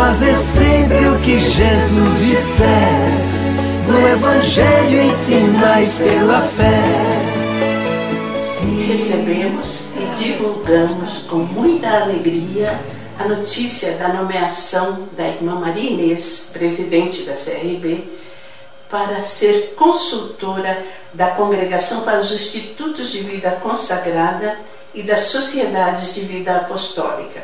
fazer sempre o que Jesus disser. No Evangelho ensinais pela fé. Recebemos e divulgamos com muita alegria a notícia da nomeação da irmã Maria Inês, presidente da CRB, para ser consultora da Congregação para os Institutos de Vida Consagrada e das Sociedades de Vida Apostólica.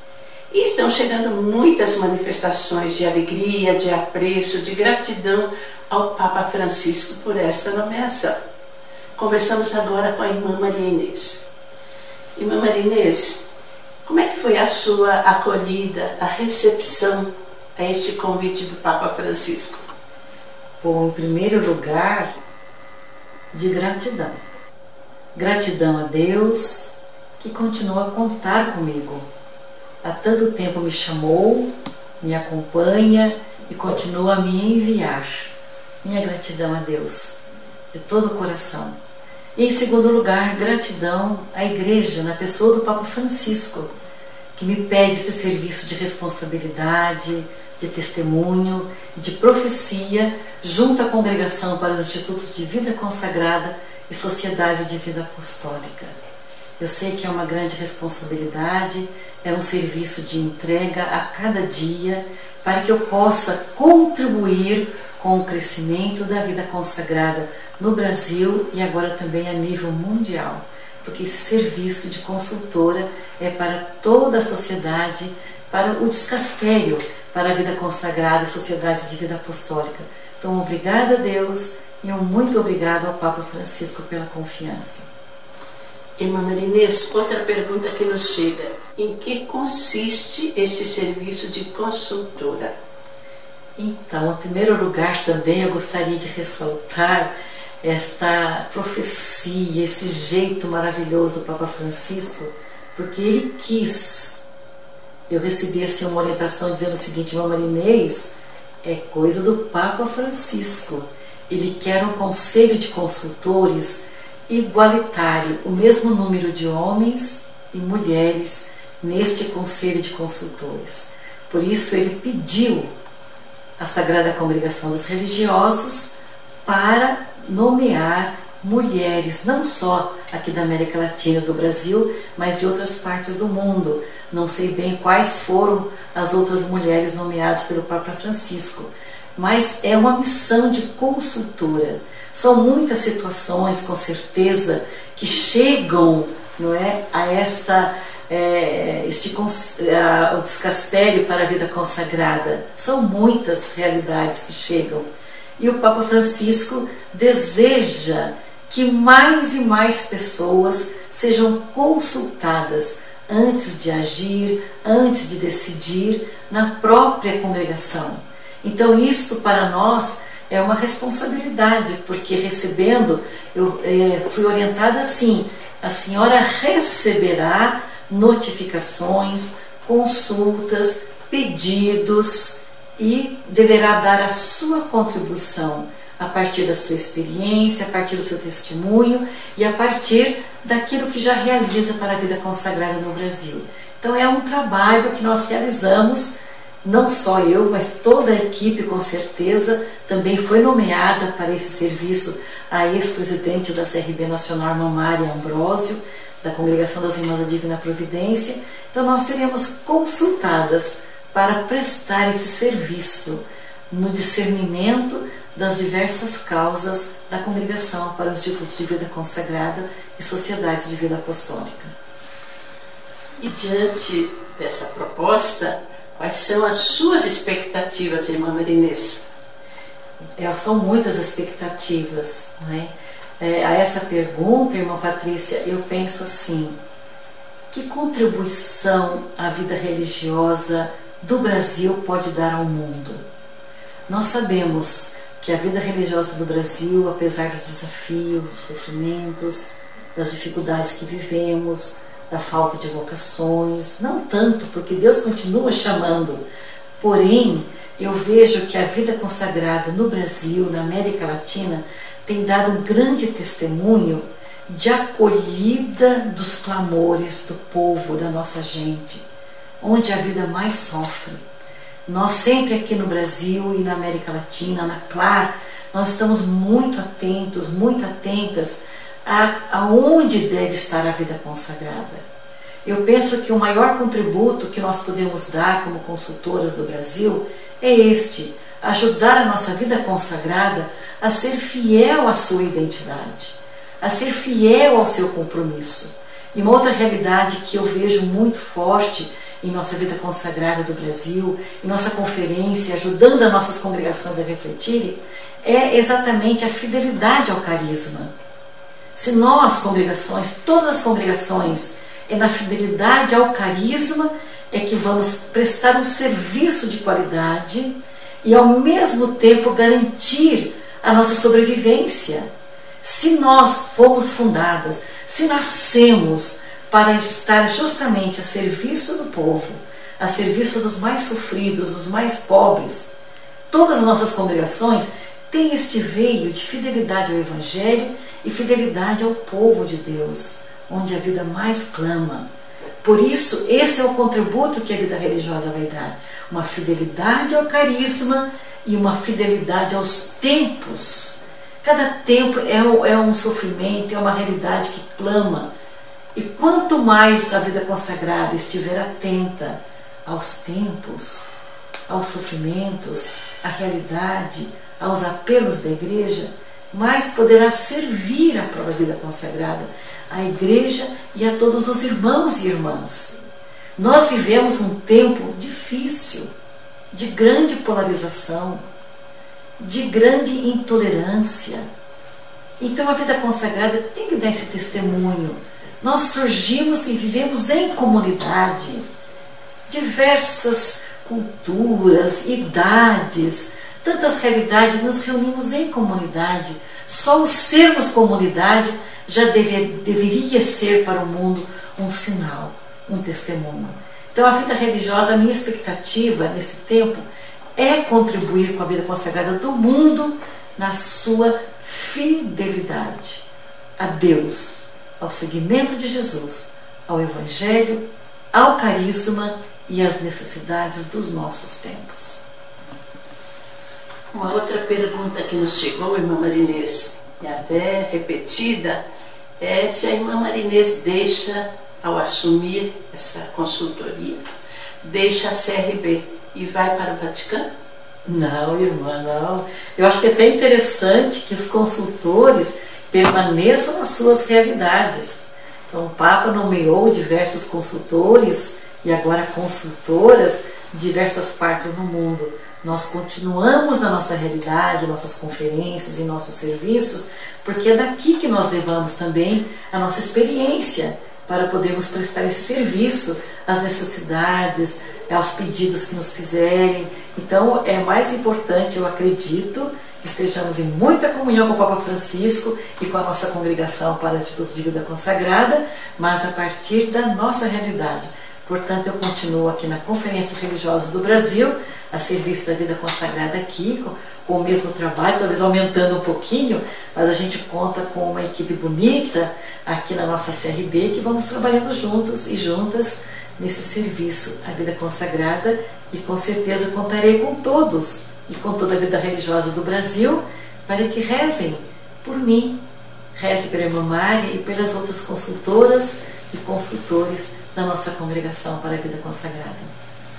E estão chegando muitas manifestações de alegria, de apreço, de gratidão ao Papa Francisco por esta nomeação. Conversamos agora com a irmã Maria Inês. Irmã Maria Inês, como é que foi a sua acolhida, a recepção a este convite do Papa Francisco? Bom, em primeiro lugar, de gratidão. Gratidão a Deus que continua a contar comigo. Há tanto tempo me chamou, me acompanha e continua a me enviar. Minha gratidão a Deus, de todo o coração. E em segundo lugar, gratidão à Igreja, na pessoa do Papa Francisco, que me pede esse serviço de responsabilidade, de testemunho, de profecia, junto à Congregação para os Institutos de Vida Consagrada e Sociedades de Vida Apostólica. Eu sei que é uma grande responsabilidade, é um serviço de entrega a cada dia, para que eu possa contribuir com o crescimento da vida consagrada no Brasil e agora também a nível mundial, porque esse serviço de consultora é para toda a sociedade, para o descastério, para a vida consagrada e sociedades de vida apostólica. Então, obrigada a Deus e um muito obrigado ao Papa Francisco pela confiança. Irmã Maria Inês, outra pergunta que nos chega: em que consiste este serviço de consultora? Então, em primeiro lugar também eu gostaria de ressaltar esta profecia, esse jeito maravilhoso do Papa Francisco, porque ele quis. Eu recebi assim uma orientação dizendo o seguinte: irmã Maria Inês, é coisa do Papa Francisco. Ele quer um conselho de consultores igualitário, o mesmo número de homens e mulheres neste conselho de consultores. Por isso ele pediu à Sagrada Congregação dos Religiosos para nomear mulheres, não só aqui da América Latina e do Brasil, mas de outras partes do mundo. Não sei bem quais foram as outras mulheres nomeadas pelo Papa Francisco, mas é uma missão de consultora. São muitas situações, com certeza, que chegam, não é, a o descastério para a vida consagrada. São muitas realidades que chegam. E o Papa Francisco deseja que mais e mais pessoas sejam consultadas antes de agir, antes de decidir na própria congregação. Então isto para nós é uma responsabilidade, porque recebendo, eu fui orientada assim: a senhora receberá notificações, consultas, pedidos e deverá dar a sua contribuição a partir da sua experiência, a partir do seu testemunho e a partir daquilo que já realiza para a vida consagrada no Brasil. Então é um trabalho que nós realizamos, não só eu, mas toda a equipe, com certeza. Também foi nomeada para esse serviço a ex-presidente da CRB Nacional, irmã Maria Ambrósio, da Congregação das Irmãs da Divina Providência. Então nós seremos consultadas para prestar esse serviço no discernimento das diversas causas da Congregação para os Institutos de Vida Consagrada e Sociedades de Vida Apostólica. E diante dessa proposta, quais são as suas expectativas, irmã Maria Inês? São muitas expectativas, não é? A essa pergunta, irmã Patrícia, eu penso assim: que contribuição a vida religiosa do Brasil pode dar ao mundo? Nós sabemos que a vida religiosa do Brasil, apesar dos desafios, dos sofrimentos, das dificuldades que vivemos, da falta de vocações, não tanto, porque Deus continua chamando, porém eu vejo que a vida consagrada no Brasil, na América Latina, tem dado um grande testemunho de acolhida dos clamores do povo, da nossa gente, onde a vida mais sofre. Nós sempre aqui no Brasil e na América Latina, na CLAR, nós estamos muito atentos, muito atentas a onde deve estar a vida consagrada. Eu penso que o maior contributo que nós podemos dar como consultoras do Brasil é este: ajudar a nossa vida consagrada a ser fiel à sua identidade, a ser fiel ao seu compromisso. E uma outra realidade que eu vejo muito forte em nossa vida consagrada do Brasil, em nossa conferência, ajudando as nossas congregações a refletirem, é exatamente a fidelidade ao carisma. Se nós, congregações, todas as congregações, é na fidelidade ao carisma é que vamos prestar um serviço de qualidade e ao mesmo tempo garantir a nossa sobrevivência. Se nós fomos fundadas, se nascemos para estar justamente a serviço do povo, a serviço dos mais sofridos, dos mais pobres, todas as nossas congregações têm este veio de fidelidade ao Evangelho e fidelidade ao povo de Deus, onde a vida mais clama. Por isso, esse é o contributo que a vida religiosa vai dar. Uma fidelidade ao carisma e uma fidelidade aos tempos. Cada tempo é um sofrimento, é uma realidade que clama. E quanto mais a vida consagrada estiver atenta aos tempos, aos sofrimentos, à realidade, aos apelos da igreja, mais poderá servir a própria vida consagrada, à igreja e a todos os irmãos e irmãs. Nós vivemos um tempo difícil, de grande polarização, de grande intolerância. Então a vida consagrada tem que dar esse testemunho. Nós surgimos e vivemos em comunidade, diversas culturas, idades, tantas realidades, nos reunimos em comunidade. Só o sermos comunidade já deveria ser para o mundo um sinal, um testemunho. Então a vida religiosa, a minha expectativa nesse tempo é contribuir com a vida consagrada do mundo na sua fidelidade a Deus, ao seguimento de Jesus, ao Evangelho, ao carisma e às necessidades dos nossos tempos. Uma outra pergunta que nos chegou, irmã Marinês, e até repetida, é se a irmã Marinês deixa, ao assumir essa consultoria, deixa a CRB e vai para o Vaticano? Não, irmã, não. Eu acho que é até interessante que os consultores permaneçam nas suas realidades. Então o Papa nomeou diversos consultores e agora consultoras de diversas partes do mundo. Nós continuamos na nossa realidade, nossas conferências e nossos serviços, porque é daqui que nós levamos também a nossa experiência para podermos prestar esse serviço às necessidades, aos pedidos que nos fizerem. Então é mais importante, eu acredito, que estejamos em muita comunhão com o Papa Francisco e com a nossa congregação para o Instituto de Vida Consagrada, mas a partir da nossa realidade. Portanto, eu continuo aqui na Conferência Religiosa do Brasil, a serviço da vida consagrada aqui, com o mesmo trabalho, talvez aumentando um pouquinho, mas a gente conta com uma equipe bonita aqui na nossa CRB, que vamos trabalhando juntos e juntas nesse serviço à vida consagrada, e com certeza contarei com todos e com toda a vida religiosa do Brasil para que rezem por mim, rezem pela irmã Mária e pelas outras consultoras e consultores da nossa congregação para a vida consagrada.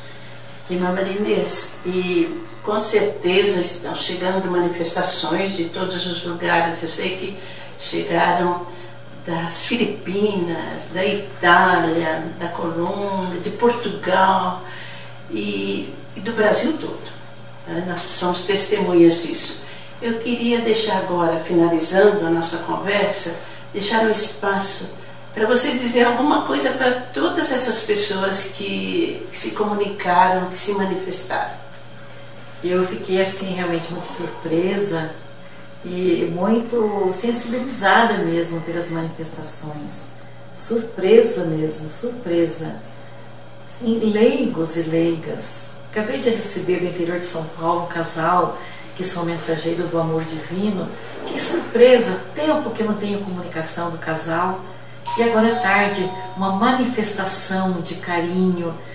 Irmã Marinês, e com certeza estão chegando manifestações de todos os lugares. Eu sei que chegaram das Filipinas, da Itália, da Colômbia, de Portugal e do Brasil todo. Nós somos testemunhas disso. Eu queria deixar agora, finalizando a nossa conversa, deixar um espaço para você dizer alguma coisa para todas essas pessoas que se comunicaram, que se manifestaram. Eu fiquei assim realmente muito surpresa e muito sensibilizada mesmo pelas manifestações. Surpresa mesmo, surpresa. Assim, leigos e leigas. Acabei de receber do interior de São Paulo um casal que são mensageiros do amor divino. Que surpresa, tempo que eu não tenho comunicação do casal. E agora à tarde, uma manifestação de carinho,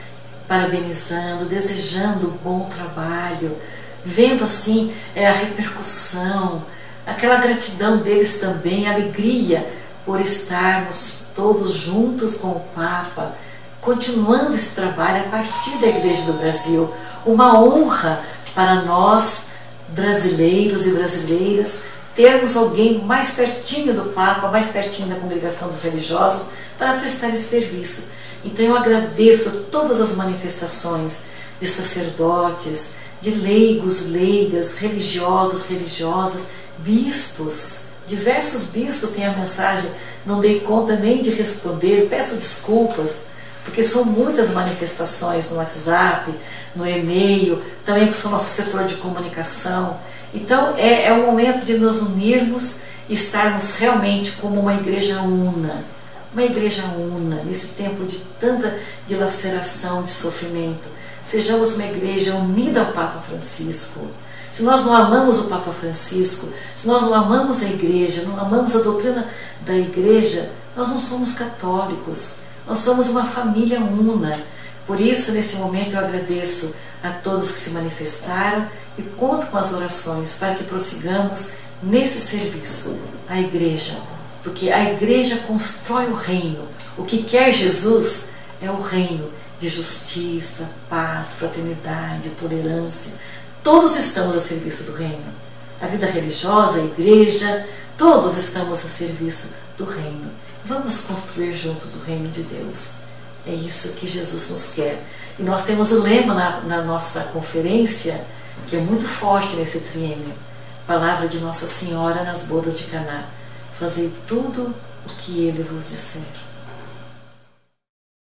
parabenizando, desejando bom trabalho, vendo assim a repercussão, aquela gratidão deles também, a alegria por estarmos todos juntos com o Papa, continuando esse trabalho a partir da Igreja do Brasil. Uma honra para nós, brasileiros e brasileiras, termos alguém mais pertinho do Papa, mais pertinho da congregação dos religiosos, para prestar esse serviço. Então eu agradeço todas as manifestações de sacerdotes, de leigos, leigas, religiosos, religiosas, bispos. Diversos bispos têm a mensagem, não dei conta nem de responder, peço desculpas, porque são muitas manifestações no WhatsApp, no e-mail, também para o nosso setor de comunicação. Então é o momento de nos unirmos e estarmos realmente como uma igreja una. Uma igreja una, nesse tempo de tanta dilaceração, de sofrimento. Sejamos uma igreja unida ao Papa Francisco. Se nós não amamos o Papa Francisco, se nós não amamos a igreja, não amamos a doutrina da igreja, nós não somos católicos. Nós somos uma família una. Por isso, nesse momento, eu agradeço a todos que se manifestaram e conto com as orações para que prossigamos nesse serviço, a igreja. Porque a igreja constrói o reino. O que quer Jesus é o reino de justiça, paz, fraternidade, tolerância. Todos estamos a serviço do reino. A vida religiosa, a igreja, todos estamos a serviço do reino. Vamos construir juntos o reino de Deus. É isso que Jesus nos quer. E nós temos o lema na nossa conferência, que é muito forte nesse triênio. Palavra de Nossa Senhora nas bodas de Caná. Fazei tudo o que Ele vos disser.